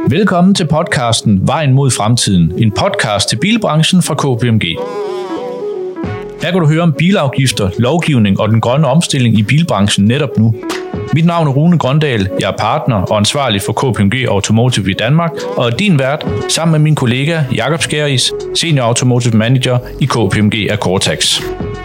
Velkommen til podcasten Vejen mod fremtiden, en podcast til bilbranchen fra KPMG. Her kan du høre om bilafgifter, lovgivning og den grønne omstilling i bilbranchen netop nu. Mit navn er Rune Grøndal, jeg er partner og ansvarlig for KPMG Automotive i Danmark, og er din vært sammen med min kollega Jakob Skæris, Senior Automotive Manager i KPMG af Cortex.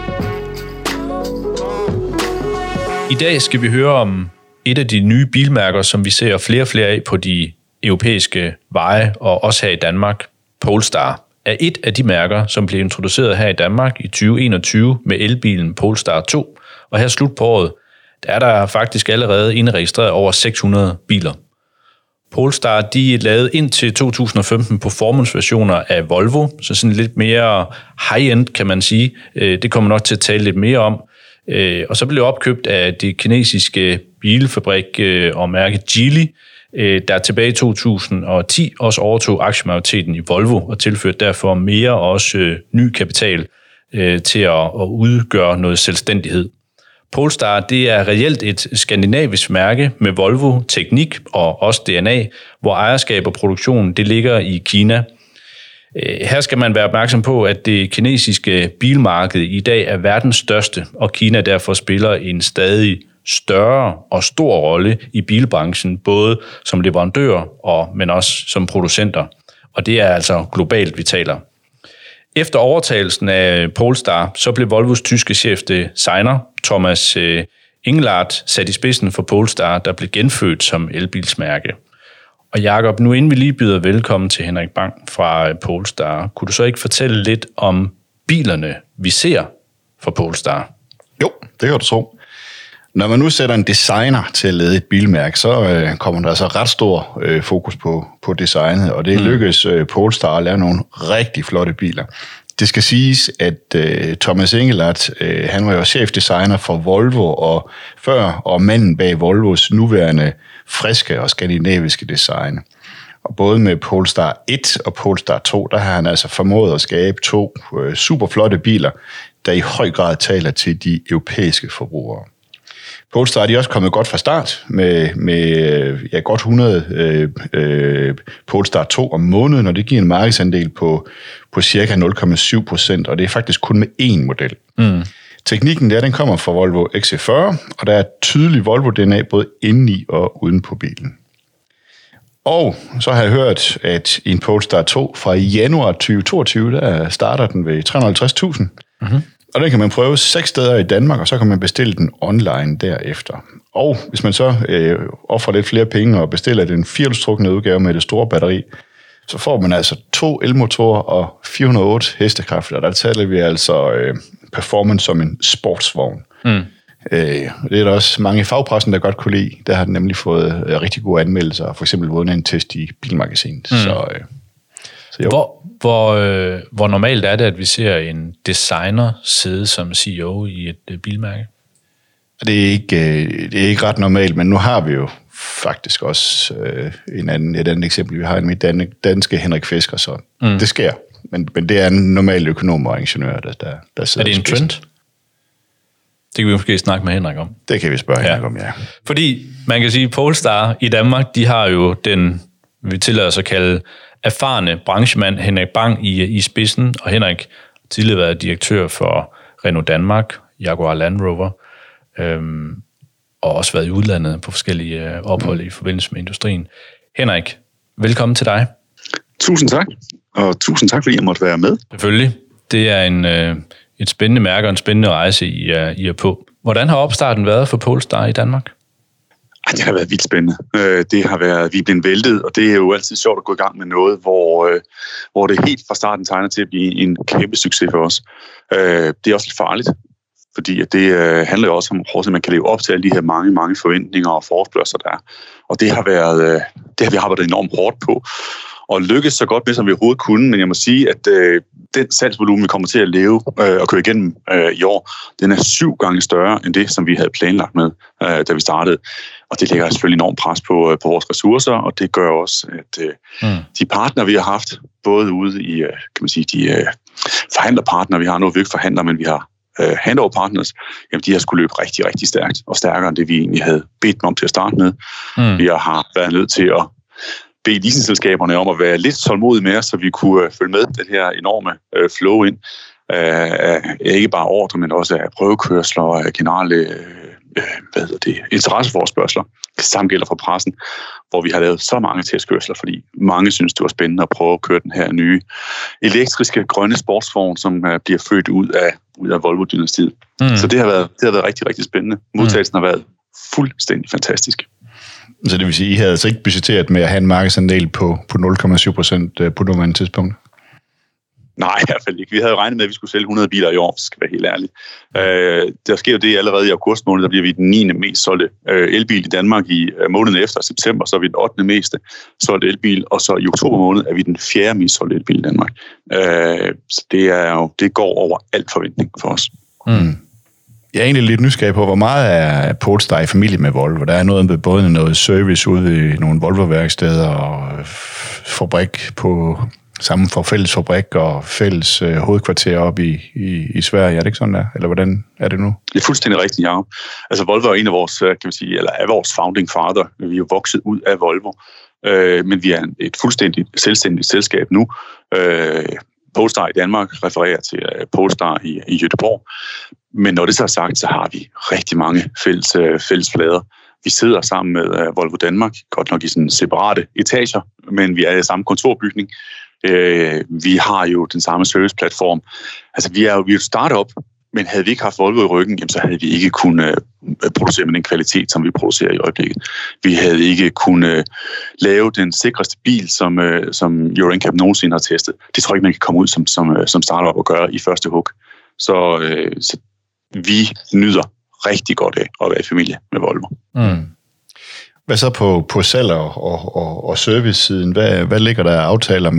I dag skal vi høre om et af de nye bilmærker, som vi ser flere og flere af på de europæiske veje og også her i Danmark. Polestar er et af de mærker, som blev introduceret her i Danmark i 2021 med elbilen Polestar 2, og her slut på året, der er der faktisk allerede indregistreret over 600 biler. Polestar, de er lavet indtil 2015 performance-versioner af Volvo, så sådan lidt mere high-end, kan man sige. Det kommer nok til at tale lidt mere om. Og så blev det opkøbt af det kinesiske bilfabrik og mærke Geely, der tilbage i 2010 også overtog aktiemajoriteten i Volvo og tilførte derfor mere også ny kapital til at udgøre noget selvstændighed. Polestar, det er reelt et skandinavisk mærke med Volvo-teknik og også DNA, hvor ejerskab og produktion det ligger i Kina. Her skal man være opmærksom på, at det kinesiske bilmarked i dag er verdens største, og Kina derfor spiller en stadig større og stor rolle i bilbranchen, både som leverandør men også som producenter. Og det er altså globalt, vi taler. Efter overtagelsen af Polestar, så blev Volvos tyske chefdesigner Thomas Engelhardt sat i spidsen for Polestar, der blev genfødt som elbilsmærke. Og Jakob, nu inden vi lige byder velkommen til Henrik Bang fra Polestar, kunne du så ikke fortælle lidt om bilerne, vi ser fra Polestar? Jo, det kan du tro. Når man nu sætter en designer til at lede et bilmærke, så kommer der altså ret stor fokus på designet, og det lykkedes Polestar at lave nogle rigtig flotte biler. Det skal siges, at Thomas Engelhardt, han var jo chefdesigner for Volvo og manden bag Volvos nuværende friske og skandinaviske design. Og både med Polestar 1 og Polestar 2, der har han altså formået at skabe to super flotte biler, der i høj grad taler til de europæiske forbrugere. Polestar er også kommet godt fra start med godt 100 Polestar 2 om måneden, og det giver en markedsandel på cirka 0,7%, og det er faktisk kun med én model. Teknikken den kommer fra Volvo XC40, og der er tydelig Volvo-DNA både indeni og uden på bilen. Og så har jeg hørt, at en Polestar 2 fra januar 2022, der starter den ved 350.000. Og den kan man prøve 6 steder i Danmark, og så kan man bestille den online derefter. Og hvis man så offrer lidt flere penge og bestiller den firehjulstrukne udgave med det store batteri, så får man altså 2 elmotorer og 408 hestekræfter. Der taler vi altså performance som en sportsvogn. Det er der også mange i fagpressen, der godt kunne lide. Der har den nemlig fået rigtig gode anmeldelser, for eksempel vundet en test i Bilmagasinet. Så Hvor normalt er det, at vi ser en designer sidde som CEO i et bilmærke? Det er ikke ret normalt, men nu har vi jo faktisk også et andet eksempel. Vi har en mit danske Henrik Fisker, så det sker. Men det er en normal økonom og ingeniør, der sidder. Er det en trend? Det kan vi måske snakke med Henrik om. Det kan vi spørge Henrik om, ja. Fordi man kan sige, at Polestar i Danmark, de har jo den, vi tillader os at kalde erfarne branchemand Henrik Bang i spidsen, og Henrik tidligere været direktør for Renault Danmark, Jaguar Land Rover, og også været i udlandet på forskellige ophold i forbindelse med industrien. Henrik, velkommen til dig. Tusind tak, og tusind tak, fordi jeg måtte være med. Selvfølgelig. Det er et spændende mærke og en spændende rejse, I er på. Hvordan har opstarten været for Polestar i Danmark? Det har været vildt spændende. Det har været, vi er blevet væltet, og det er jo altid sjovt at gå i gang med noget, hvor det helt fra starten tegner til at blive en kæmpe succes for os. Det er også lidt farligt, fordi at det handler jo også om, at man kan leve op til alle de her mange forventninger og forespørgsler, der er. Og det har vi arbejdet enormt hårdt på, og lykkes så godt med, som vi overhovedet kunne, men jeg må sige, at den salgsvolumen, vi kommer til at leve og køre igennem i år, den er 7 gange større end det, som vi havde planlagt med, da vi startede. Og det lægger selvfølgelig enormt pres på vores ressourcer, og det gør også, at de partnere, vi har haft, både ude i, kan man sige, de forhandlerpartnere, vi har nu, vi ikke forhandler, men vi har handover partners, jamen de har skulle løbe rigtig, rigtig stærkt, og stærkere end det, vi egentlig havde bedt dem om til at starte med. Vi har været nødt til at bede leasingselskaberne om at være lidt tålmodige med os, så vi kunne følge med den her enorme flow ind. Ikke bare ordre, men også af prøvekørsler og af generelle interesseforespørgsler. Det samme gælder for pressen, hvor vi har lavet så mange testkørsler, fordi mange synes, det var spændende at prøve at køre den her nye elektriske grønne sportsvogn, som bliver født ud af Volvo-dynastiet. Så det har været rigtig, rigtig spændende. Modtagelsen har været fuldstændig fantastisk. Så det vil sige, I havde altså ikke budgetteret med at have en markedsandel på 0,7% på nuværende tidspunkt? Nej, i hvert fald ikke. Vi havde regnet med, at vi skulle sælge 100 biler i år, hvis jeg skal være helt ærlig. Der sker jo det allerede i august måned, der bliver vi den 9. mest solgte elbil i Danmark. I måneden efter september, så er vi den 8. mest solgte elbil, og så i oktober måned er vi den 4. mest solgte elbil i Danmark. Så det går over al forventning for os. Jeg er egentlig lidt nysgerrig på, hvor meget er Polestar i familie med Volvo. Der er noget med både noget service ude i nogle Volvo-værksteder og fabrik på sammen for fælles fabrik og fælles hovedkvarter op i Sverige. Er det ikke sådan der? Eller hvordan er det nu? Det er fuldstændig rigtigt, Jacob. Altså Volvo er en af vores, kan man sige, eller er vores founding father. Vi er jo vokset ud af Volvo, men vi er et fuldstændigt selvstændigt selskab nu. Polestar i Danmark refererer til Polestar i Göteborg. Men når det så er sagt, så har vi rigtig mange fælles flader. Vi sidder sammen med Volvo Danmark, godt nok i sådan separate etager, men vi er i samme kontorbygning. Vi har jo den samme serviceplatform. Altså, vi er jo et startup, men havde vi ikke haft Volvo i ryggen, jamen, så havde vi ikke kunnet producere med den kvalitet, som vi producerer i øjeblikket. Vi havde ikke kunnet lave den sikreste bil, som Euro NCAP nogensinde har testet. Det tror jeg ikke, man kan komme ud som startup og gøre i første hug. Så vi nyder rigtig godt af at være i familie med Volvo. Hvad så på salg og service-siden? Hvad ligger der aftaler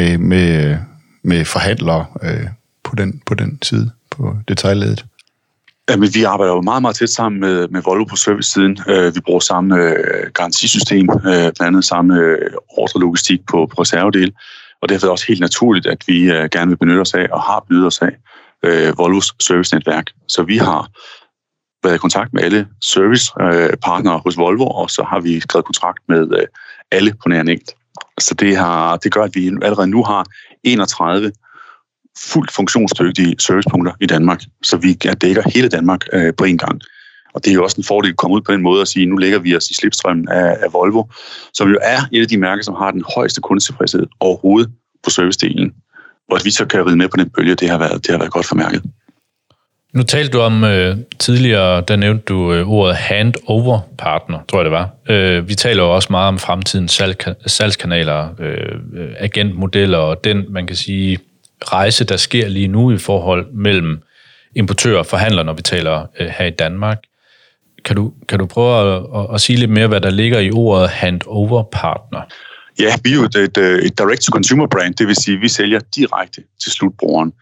med forhandlere på den side, på detailledet? Jamen, vi arbejder jo meget, meget tæt sammen med Volvo på service-siden. Vi bruger samme garantisystem, blandt andet samme ordrelogistik på reservedel. Og det har været også helt naturligt, at vi gerne vil benytte os af og har benyttet os af Volvos servicenetværk. Så vi har været i kontakt med alle servicepartnere hos Volvo, og så har vi skrevet kontrakt med alle på nær en enkelt. Så det gør, at vi allerede nu har 31 fuldt funktionsdygtige servicepunkter i Danmark, så vi dækker hele Danmark på en gang. Og det er jo også en fordel at komme ud på den måde og sige, nu lægger vi os i slipstrømmen af Volvo, som jo er et af de mærker, som har den højeste kundetilfredshed overhovedet på servicedelen. Og at vi så kan ride med på den bølge, det har været godt for mærket. Nu talte du om tidligere, der nævnte du ordet handover-partner, tror jeg det var. Vi taler jo også meget om fremtidens salgskanaler, agentmodeller og den, man kan sige, rejse, der sker lige nu i forhold mellem importører og forhandlere, når vi taler her i Danmark. Kan du prøve at sige lidt mere, hvad der ligger i ordet handover-partner? Ja, vi er jo et direct-to-consumer brand, det vil sige, at vi sælger direkte til slutbrugeren.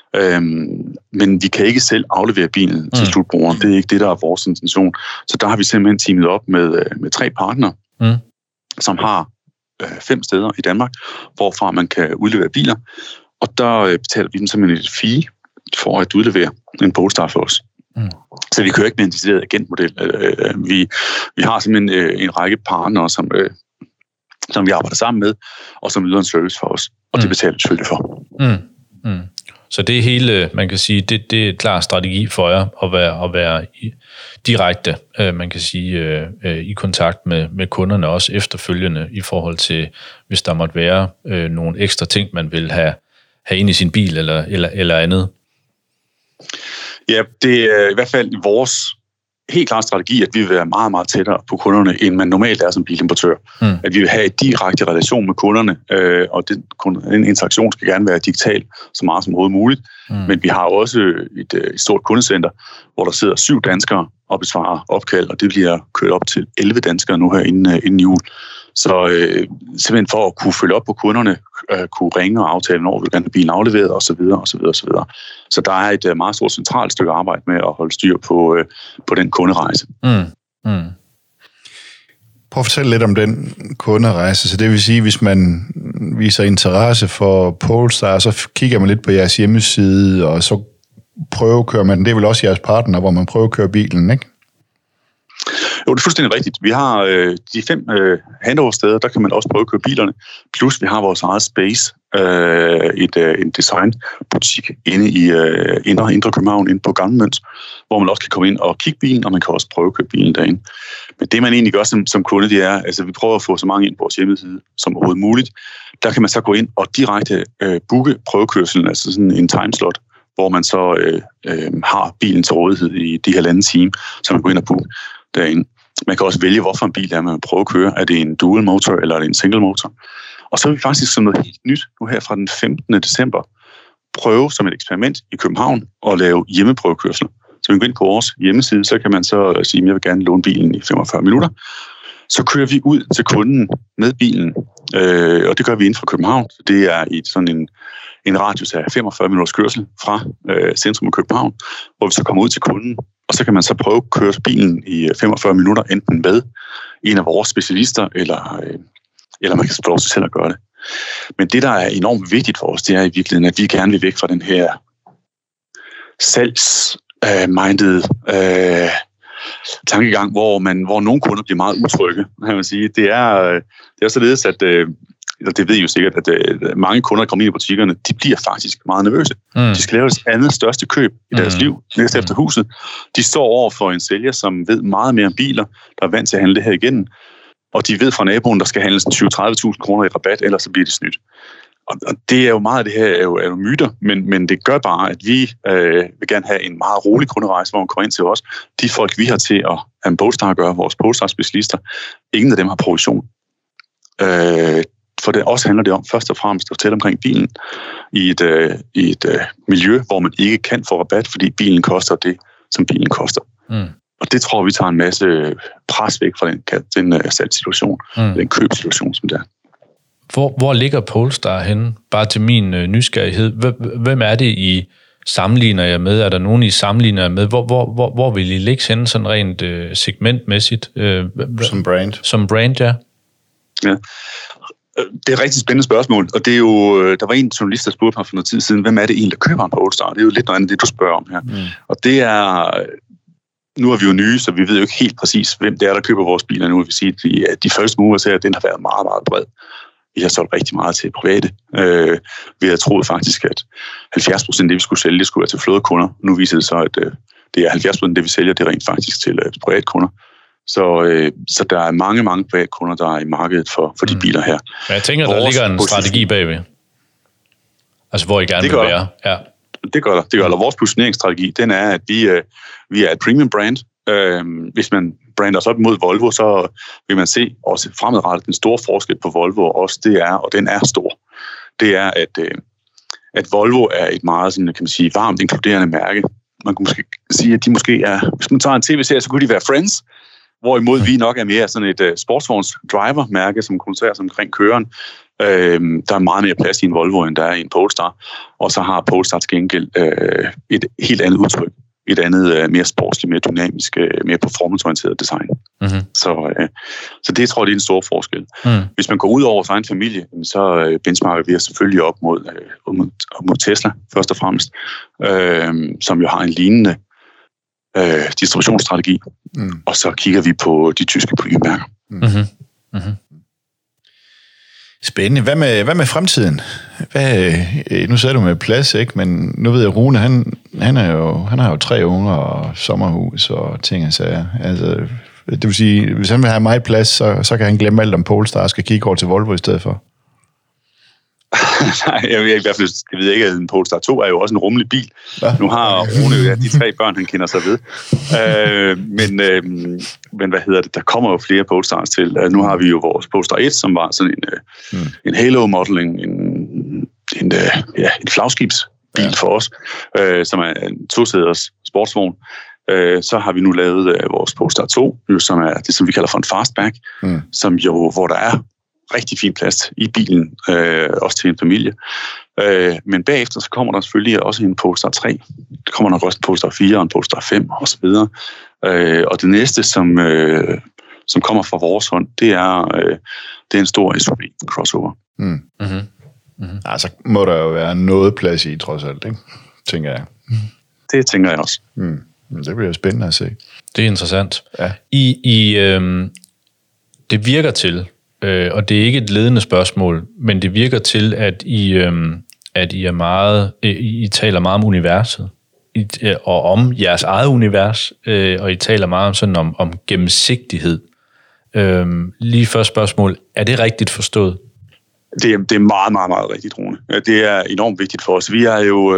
Men vi kan ikke selv aflevere bilen til slutbrugeren. Det er ikke det, der er vores intention. Så der har vi simpelthen teamet op med 3 partnere, som har 5 steder i Danmark, hvorfra man kan udlevere biler. Og der betaler vi dem simpelthen et fee for at udlevere en Polestar for os. Så vi kører ikke med en decideret agentmodel. Vi har simpelthen en række partnere, som vi arbejder sammen med, og som yder en service for os. Og det betaler vi selvfølgelig for. Så det er hele, man kan sige, det er en klar strategi for jer at være direkte, man kan sige, i kontakt med kunderne også efterfølgende i forhold til, hvis der måtte være nogle ekstra ting, man vil have ind i sin bil eller andet. Ja, det er i hvert fald vores helt klare strategi, at vi vil være meget, meget tættere på kunderne, end man normalt er som bilimportør. At vi vil have et direkte relation med kunderne, og den interaktion skal gerne være digital, så meget som overhovedet muligt. Men vi har også et stort kundecenter, hvor der sidder 7 danskere og besvarer opkald, og det bliver kørt op til 11 danskere nu her inden jul. Så simpelthen for at kunne følge op på kunderne, kunne ringe og aftale, når vi gerne have bilen afleveret, osv. Så der er et meget stort centralt stykke arbejde med at holde styr på den kunderejse. Prøv at fortælle lidt om den kunderejse. Så det vil sige, hvis man viser interesse for Polestar, så kigger man lidt på jeres hjemmeside, og så prøvekører man. Det er vel også jeres partner, hvor man prøver at køre bilen, ikke? Jo, det er fuldstændig rigtigt. Vi har de 5 handover-steder, der kan man også prøve at køre bilerne. Plus vi har vores eget space, en designbutik inde i Indre København, inde på Gamle Mønt, hvor man også kan komme ind og kigge bilen, og man kan også prøve at køre bilen derinde. Men det man egentlig gør som kunde, det er, altså vi prøver at få så mange ind på vores hjemmeside som overhovedet muligt. Der kan man så gå ind og direkte booke prøvekørselen, altså sådan en timeslot, hvor man så har bilen til rådighed i de 1,5 time, så man går ind og booker derinde. Man kan også vælge, hvorfor en bil er, man vil prøve at køre. Er det en dual motor, eller er det en single motor? Og så er vi faktisk som noget helt nyt nu her fra den 15. december prøve som et eksperiment i København at lave hjemmeprøvekørsel. Så vi går ind på vores hjemmeside, så kan man så sige, at jeg vil gerne låne bilen i 45 minutter. Så kører vi ud til kunden med bilen, og det gør vi inden for København. Det er i sådan en radius af 45 minutters kørsel fra centrum af København, hvor vi så kommer ud til kunden, og så kan man så prøve at køre bilen i 45 minutter, enten med en af vores specialister, eller man kan få lov til selv at gøre det. Men det, der er enormt vigtigt for os, det er i virkeligheden, at vi gerne vil væk fra den her salgs-minded tankegang, hvor nogle kunder bliver meget utrygge, kan man sige. Det er således, at det ved I jo sikkert, at mange kunder, der kommer ind i butikkerne, de bliver faktisk meget nervøse. De skal lave det andet største køb i deres liv, næste efter huset. De står over for en sælger, som ved meget mere om biler, der er vant til at handle det her igen, og de ved fra naboen, der skal handles 20-30.000 kroner i rabat, ellers så bliver det snydt. Og det er jo meget af det her er jo myter, men det gør bare, at vi vil gerne have en meget rolig kunderejse, hvor man kommer ind til os. De folk, vi har til at have en Polestar at gøre, vores Polestar-specialister, ingen af dem har provision. For det også handler det om først og fremmest at fortælle omkring bilen i et miljø, hvor man ikke kan få rabat, fordi bilen koster det, som bilen koster. Og det tror vi tager en masse pres væk fra den salgssituation, den købssituation, som det er. Hvor ligger Polestar henne? Bare til min nysgerrighed. Hvem er det, I sammenligner jer med? Er der nogen, I sammenligner jer med? Hvor vil I ligge henne sådan rent segmentmæssigt? Som brand. Som brand, ja. Ja. Det er et rigtig spændende spørgsmål, og det er jo, der var en journalist, der spurgte mig for noget tid siden, hvem er det egentlig, der køber en Polestar? Det er jo lidt noget andet, det du spørger om her. Og det er, nu er vi jo nye, så vi ved jo ikke helt præcis, hvem det er, der køber vores biler nu. Vi vil sige, at de første uger til, at den har været meget, meget bred. Vi har solgt rigtig meget til private. Vi havde troet faktisk, at 70% af det, vi skulle sælge, det skulle være til flådekunder. Nu viser det så, at det er 70% af det, vi sælger, det er rent faktisk til privatkunder. Så der er mange privatkunder, der er i markedet for de biler her. Men jeg tænker, der ligger en strategi bagved. Altså, hvor I gerne vil være. Ja. Det gør der. Vores positioneringsstrategi, den er, at vi er et premium brand. Hvis man brander os op mod Volvo, så vil man se også fremadrettet den store forskel på Volvo, og også det er, og den er stor. Det er, at Volvo er et meget sådan, kan man sige, varmt inkluderende mærke. Man kunne måske sige, at de måske er, hvis man tager en tv-serie, så kunne de være Friends, hvorimod vi nok er mere sådan et sportsvogns driver-mærke, som koncentrerer sig omkring køren. Der er meget mere plads i en Volvo, end der er i en Polestar. Og så har Polestar til gengæld et helt andet udtryk. Et andet mere sportsligt, mere dynamisk, mere performanceorienteret design. Så det tror jeg, det er en stor forskel. Hvis man går ud over vores egen familie, så benchmarker vi os selvfølgelig op mod Tesla, først og fremmest, som jo har en lignende distributionsstrategi. Og så kigger vi på de tyske polymærker. Spændende. Hvad med fremtiden? Nu sagde du med plads, ikke? Men nu ved jeg, Rune, han har jo 3 unger og sommerhus og ting og sager. Altså, det vil sige, hvis han vil have meget plads, så kan han glemme alt om Polestar og skal kigge over til Volvo i stedet for. Nej, jeg ved ikke, at en Polestar 2 er jo også en rummelig bil. Ja. Nu har Rune jo de 3 børn, han kender sig ved. Men hvad hedder det? Der kommer jo flere Polestars til. Nu har vi jo vores Polestar 1, som var sådan en halo-modeling, en flagskibsbil for os, som er en 2-sæders sportsvogn. Så har vi nu lavet vores Polestar 2, som er det, som vi kalder for en fastback, som jo, hvor der er rigtig fin plads i bilen, også til en familie. Men bagefter så kommer der selvfølgelig også en Polestar 3. Der kommer nok også en Polestar 4 og en Polestar 5 osv. Og det næste, som kommer fra vores hånd, det er en stor SUV crossover. Altså må der jo være noget plads i, trods alt, ikke? Tænker jeg. Det tænker jeg også. Det bliver spændende at se. Det er interessant. Ja. Det virker til, og det er ikke et ledende spørgsmål, men det virker til, at I er meget, I taler meget om universet, og om jeres eget univers, og I taler meget om sådan om gennemsigtighed. Lige først spørgsmål, er det rigtigt forstået? Det er meget, meget, meget rigtigt, Rune. Det er enormt vigtigt for os. Vi er jo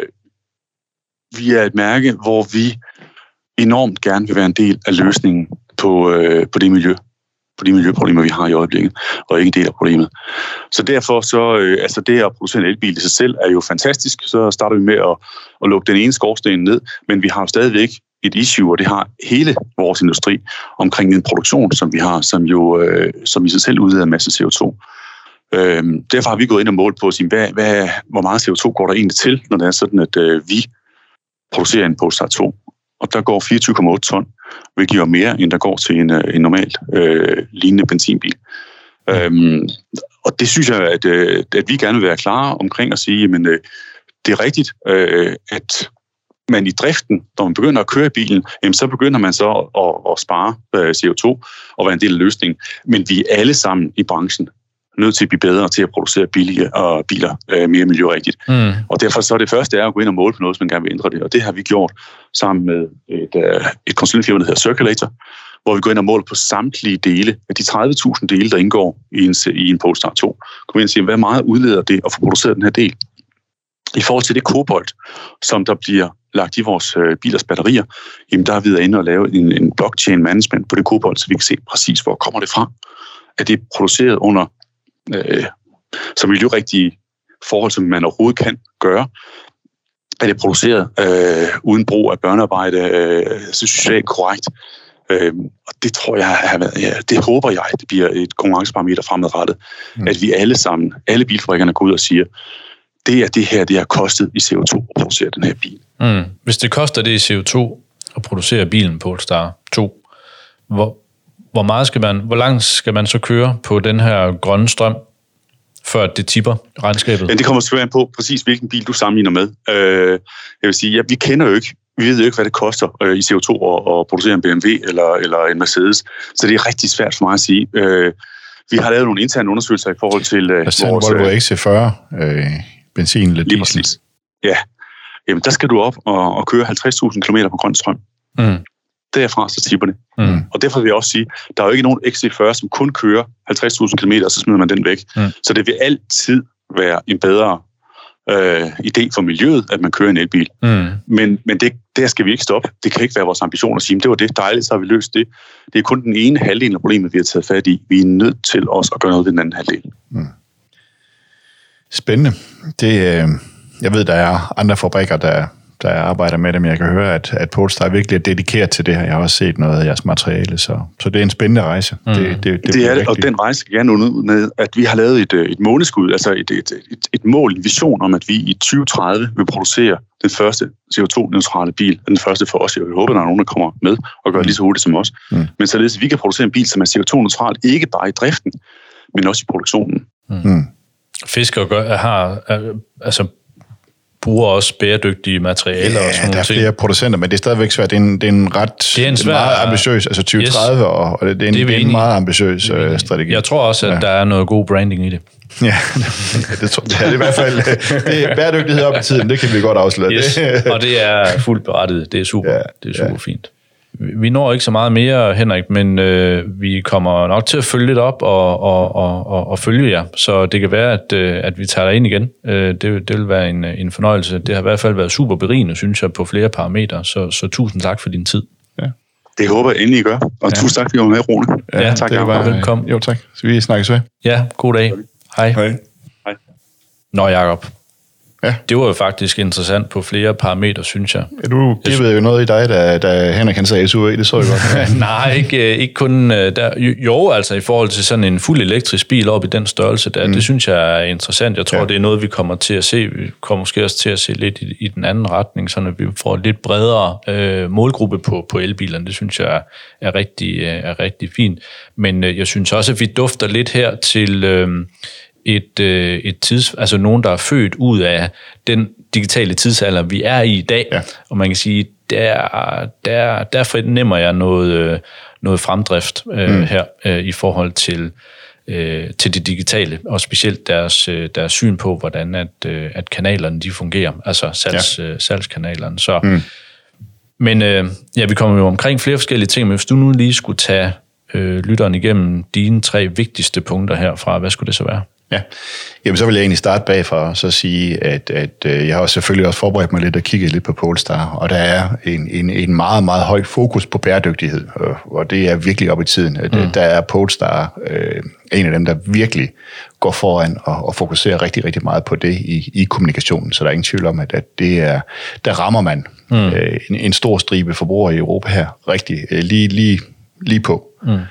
vi er et mærke, hvor vi enormt gerne vil være en del af løsningen på det miljø, på de miljøproblemer, vi har i øjeblikket, og ikke en del af problemet. Så derfor så, det at producere en elbil i sig selv er jo fantastisk. Så starter vi med at lukke den ene skorsten ned, men vi har jo stadigvæk et issue, og det har hele vores industri omkring den produktion, som vi har, som i sig selv udleder en masse CO2. Derfor har vi gået ind og målt på at sige, hvor meget CO2 går der egentlig til, når det er sådan, at vi producerer en Polestar 2. Og der går 24,8 ton, hvilket er mere, end der går til en normalt lignende benzinbil. Og det synes jeg, at vi gerne vil være klare omkring at sige, men det er rigtigt, at man i driften, når man begynder at køre i bilen, jamen, så begynder man så at spare CO2 og være en del af løsningen. Men vi er alle sammen i branchen nødt til at blive bedre til at producere billige biler mere miljørigtigt. Og derfor så det første er at gå ind og måle på noget, hvis man gerne vil ændre det. Og det har vi gjort sammen med et konsulentfirma, der hedder Circulator, hvor vi går ind og måler på samtlige dele af de 30.000 dele, der indgår i en Polestar 2. Kom ind og sige, hvad meget udleder det at få produceret den her del? I forhold til det kobolt, som der bliver lagt i vores bilers batterier, jamen der er vi inde og lave en blockchain management på det kobolt, så vi kan se præcis, hvor kommer det fra. Er det produceret under så miljørigtige forhold, som man overhovedet kan gøre? Er det produceret uden brug af børnearbejde, socialt korrekt? Og det tror jeg, det håber jeg, det bliver et konkurrenceparameter fremadrettet, at vi alle sammen, alle bilfabrikkerne går ud og siger, det er det her, det har kostet i CO2 at producere den her bil. Hvis det koster det i CO2 at producere bilen Polestar 2, hvor langt skal man så køre på den her grønne strøm, før det tipper regnskabet? Ja, det kommer selvfølgelig an på præcis, hvilken bil du sammenligner med. Jeg vil sige, vi kender jo ikke, vi ved jo ikke, hvad det koster i CO2 at producere en BMW eller en Mercedes, så det er rigtig svært for mig at sige. Vi har lavet nogle interne undersøgelser i forhold til vores Volvo XC40 benzin eller diesel. Ja, jamen der skal du op og køre 50.000 km på grøn strøm. Derfra så tipper det. Og derfor vil jeg også sige, der er jo ikke nogen XC40, som kun kører 50.000 km, og så smider man den væk. Så det vil altid være en bedre idé for miljøet, at man kører en elbil. Men der skal vi ikke stoppe. Det kan ikke være vores ambition at sige, det var det dejligt, så har vi løst det. Det er kun den ene halvdel af problemet, vi har taget fat i. Vi er nødt til også at gøre noget ved den anden halvdel. Spændende. Jeg ved, der er andre fabrikker, der arbejder med det, men jeg kan høre, at Polestar virkelig er dedikeret til det her. Jeg har også set noget af jeres materiale, så det er en spændende rejse. Det er det, og den rejse skal gerne ud med, at vi har lavet et måneskud, altså et mål, en vision om, at vi i 2030 vil producere den første CO2-neutrale bil, den første for os. Jeg håber, der er nogen, der kommer med og gør det lige så hurtigt som os. Men således, at vi kan producere en bil, som er CO2-neutral, ikke bare i driften, men også i produktionen. Fisker bruger også bæredygtige materialer og sådan noget. Der er flere producenter, men det er stadigvæk svært. Det er en meget ambitiøs, altså 2030, og det er en meget ambitiøs strategi. Jeg tror også, at der er noget god branding i det. Ja, det er i hvert fald det er bæredygtighed op i tiden, det kan vi godt afsløre. Yes. Og det er fuldt berettiget, det er super, det er super fint. Vi når ikke så meget mere, Henrik, men vi kommer nok til at følge lidt op og følge jer, så det kan være, at vi tager dig ind igen. Det vil være en fornøjelse. Det har i hvert fald været super berigende, synes jeg, på flere parametre, så tusind tak for din tid. Ja. Det håber jeg endelig, I gør, og tusind tak, fordi I var med, Rune. Ja, tak. Velkommen. Jo, tak. Så vi snakkes ved. Ja, god dag. Hej. Nå, Jacob. Ja. Det var jo faktisk interessant på flere parametre, synes jeg. Ja, du giver jo noget i dig, da Henrik han sagde SUV, det så jeg godt. Nej, ikke kun der. Jo, altså i forhold til sådan en fuld elektrisk bil op i den størrelse der, det synes jeg er interessant. Jeg tror, det er noget, vi kommer til at se. Vi kommer måske også til at se lidt i den anden retning, så vi får et lidt bredere målgruppe på elbilerne. Det synes jeg er rigtig fint. Men jeg synes også, at vi dufter lidt her til altså nogen, der er født ud af den digitale tidsalder, vi er i dag. Ja. Og man kan sige, der fornemmer jeg noget fremdrift her i forhold til det digitale, og specielt deres syn på, hvordan at kanalerne de fungerer, altså salgskanalerne. Så, men vi kommer jo omkring flere forskellige ting, men hvis du nu lige skulle tage lytteren igennem dine 3 vigtigste punkter herfra, hvad skulle det så være? Ja, jamen så vil jeg egentlig starte bagfra og så sige, at jeg har selvfølgelig også forberedt mig lidt og kigget lidt på Polestar, og der er en meget, meget høj fokus på bæredygtighed, og det er virkelig op i tiden. Der er Polestar en af dem, der virkelig går foran og fokuserer rigtig, rigtig meget på det i kommunikationen, så der er ingen tvivl om, at det er, der rammer man en stor stribe forbrugere i Europa her rigtig lige på.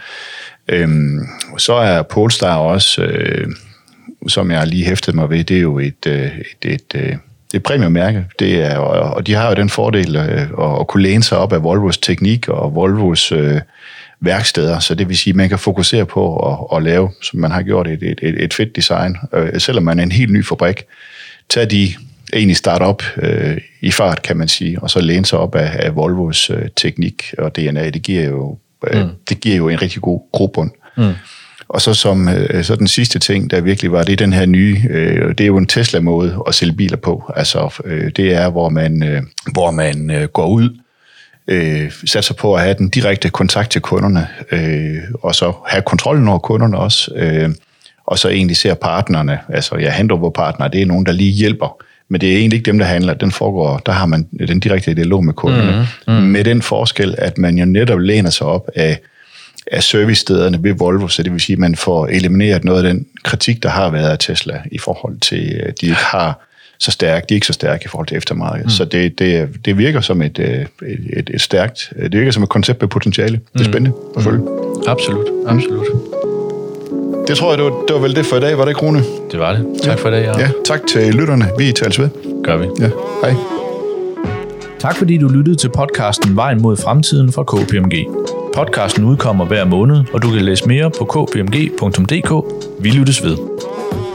Så er Polestar også, som jeg lige hæftede mig ved, det er jo et premiummærke. Det er, og de har jo den fordel at kunne læne sig op af Volvos teknik og Volvos værksteder, så det vil sige, at man kan fokusere på at lave, som man har gjort, et fedt design. Selvom man er en helt ny fabrik, tager de egentlig starte op i fart, kan man sige, og så læne sig op af Volvos teknik og DNA. Det giver jo en rigtig god grobund. Og så den sidste ting, der virkelig var, det er den her nye, det er jo en Tesla-måde at sælge biler på. Altså, det er, hvor man går ud, satser på at have den direkte kontakt til kunderne, og så have kontrollen over kunderne også, og så egentlig ser partnerne, altså handover-partnere, det er nogen, der lige hjælper, men det er egentlig ikke dem, der handler. Der har man den direkte dialog med kunderne, med den forskel, at man jo netop læner sig op af servicestederne ved Volvo, så det vil sige, at man får elimineret noget af den kritik, der har været af Tesla i forhold til, at de ikke har så stærke, de er ikke så stærke i forhold til eftermarkedet. Så det virker som et stærkt, det virker som et koncept med potentiale. Det er spændende at følge. Absolut. Det tror jeg, det var vel det for i dag, var det ikke, Rune? Det var det. Tak for i dag, Jacob. Ja, tak til lytterne. Vi tales ved. Gør vi. Ja, hej. Tak fordi du lyttede til podcasten Vejen mod fremtiden fra KPMG. Podcasten udkommer hver måned, og du kan læse mere på kpmg.dk. Vi lyttes ved.